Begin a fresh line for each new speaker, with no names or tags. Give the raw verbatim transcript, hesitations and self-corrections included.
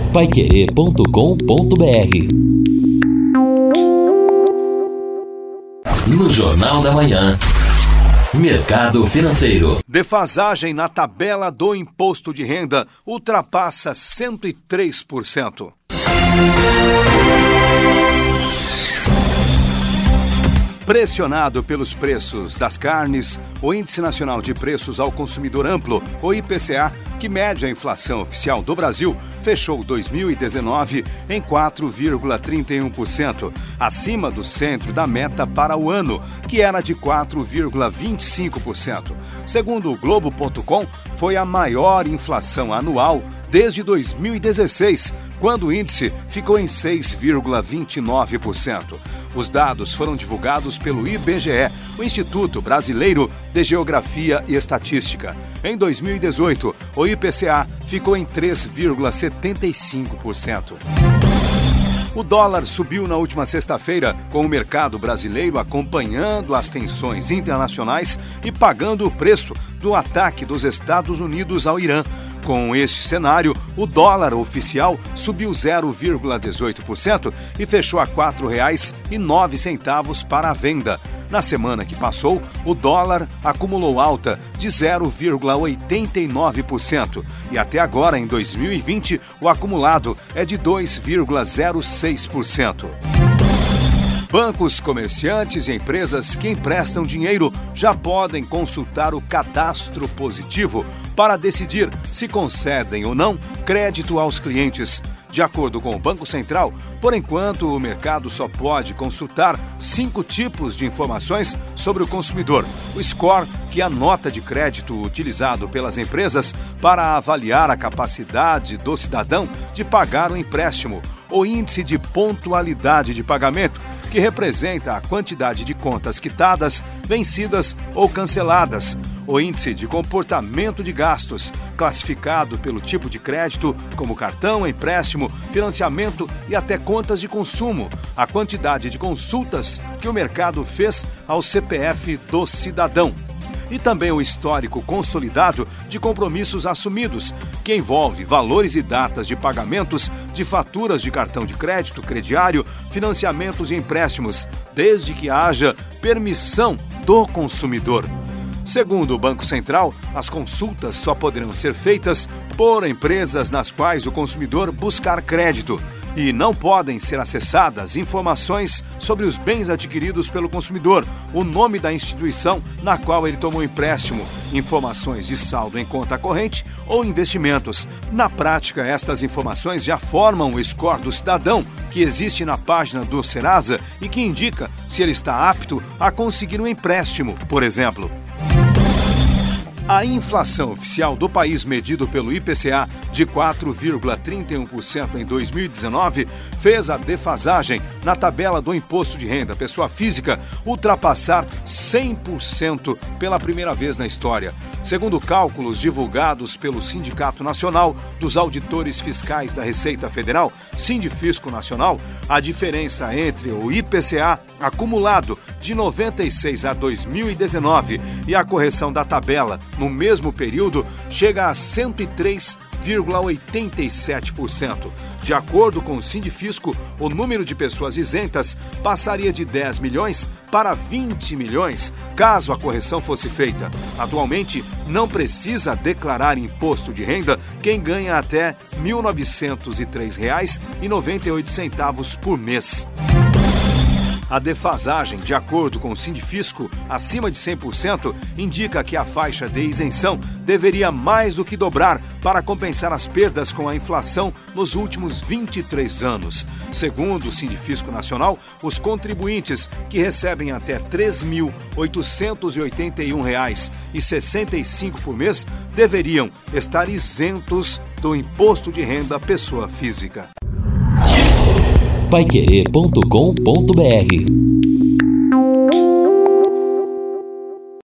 paiquerê ponto com ponto br. No Jornal da Manhã, mercado financeiro.
Defasagem na tabela do imposto de renda ultrapassa cento e três por cento. Pressionado pelos preços das carnes, o Índice Nacional de Preços ao Consumidor Amplo, o I P C A, que mede a inflação oficial do Brasil, fechou dois mil e dezenove em quatro vírgula trinta e um por cento, acima do centro da meta para o ano, que era de quatro vírgula vinte e cinco por cento. Segundo o Globo ponto com, foi a maior inflação anual desde dois mil e dezesseis, quando o índice ficou em seis vírgula vinte e nove por cento. Os dados foram divulgados pelo I B G E, o Instituto Brasileiro de Geografia e Estatística. Em dois mil e dezoito, o I P C A ficou em três vírgula setenta e cinco por cento. O dólar subiu na última sexta-feira, com o mercado brasileiro acompanhando as tensões internacionais e pagando o preço do ataque dos Estados Unidos ao Irã. Com este cenário, o dólar oficial subiu zero vírgula dezoito por cento e fechou a quatro reais e nove centavos para a venda. Na semana que passou, o dólar acumulou alta de zero vírgula oitenta e nove por cento e até agora, em dois mil e vinte, o acumulado é de dois vírgula zero seis por cento. Bancos, comerciantes e empresas que emprestam dinheiro já podem consultar o cadastro positivo para decidir se concedem ou não crédito aos clientes. De acordo com o Banco Central, por enquanto o mercado só pode consultar cinco tipos de informações sobre o consumidor. O score, que é a nota de crédito utilizado pelas empresas para avaliar a capacidade do cidadão de pagar o empréstimo. O índice de pontualidade de pagamento, que representa a quantidade de contas quitadas, vencidas ou canceladas. O índice de comportamento de gastos, classificado pelo tipo de crédito, como cartão, empréstimo, financiamento e até contas de consumo. A quantidade de consultas que o mercado fez ao C P F do cidadão. E também o histórico consolidado de compromissos assumidos, que envolve valores e datas de pagamentos de faturas de cartão de crédito, crediário, financiamentos e empréstimos, desde que haja permissão do consumidor. Segundo o Banco Central, as consultas só poderão ser feitas por empresas nas quais o consumidor buscar crédito. E não podem ser acessadas informações sobre os bens adquiridos pelo consumidor, o nome da instituição na qual ele tomou empréstimo, informações de saldo em conta corrente ou investimentos. Na prática, estas informações já formam o score do cidadão, que existe na página do Serasa e que indica se ele está apto a conseguir um empréstimo, por exemplo. A inflação oficial do país, medido pelo I P C A, de quatro vírgula trinta e um por cento em dois mil e dezenove, fez a defasagem na tabela do imposto de renda pessoa física ultrapassar cem por cento pela primeira vez na história. Segundo cálculos divulgados pelo Sindicato Nacional dos Auditores Fiscais da Receita Federal, Sindifisco Nacional, a diferença entre o I P C A acumulado de noventa e seis a dois mil e dezenove e a correção da tabela no mesmo período chega a cento e três vírgula oitenta e sete por cento. De acordo com o Sindifisco, o número de pessoas isentas passaria de dez milhões para vinte milhões, caso a correção fosse feita. Atualmente, não precisa declarar imposto de renda quem ganha até mil novecentos e três reais e noventa e oito centavos por mês. A defasagem, de acordo com o Sindifisco, acima de cem por cento, indica que a faixa de isenção deveria mais do que dobrar para compensar as perdas com a inflação nos últimos vinte e três anos. Segundo o Sindifisco Nacional, os contribuintes que recebem até três mil oitocentos e oitenta e um reais e sessenta e cinco por mês deveriam estar isentos do imposto de renda pessoa física.
paiquerê ponto com ponto br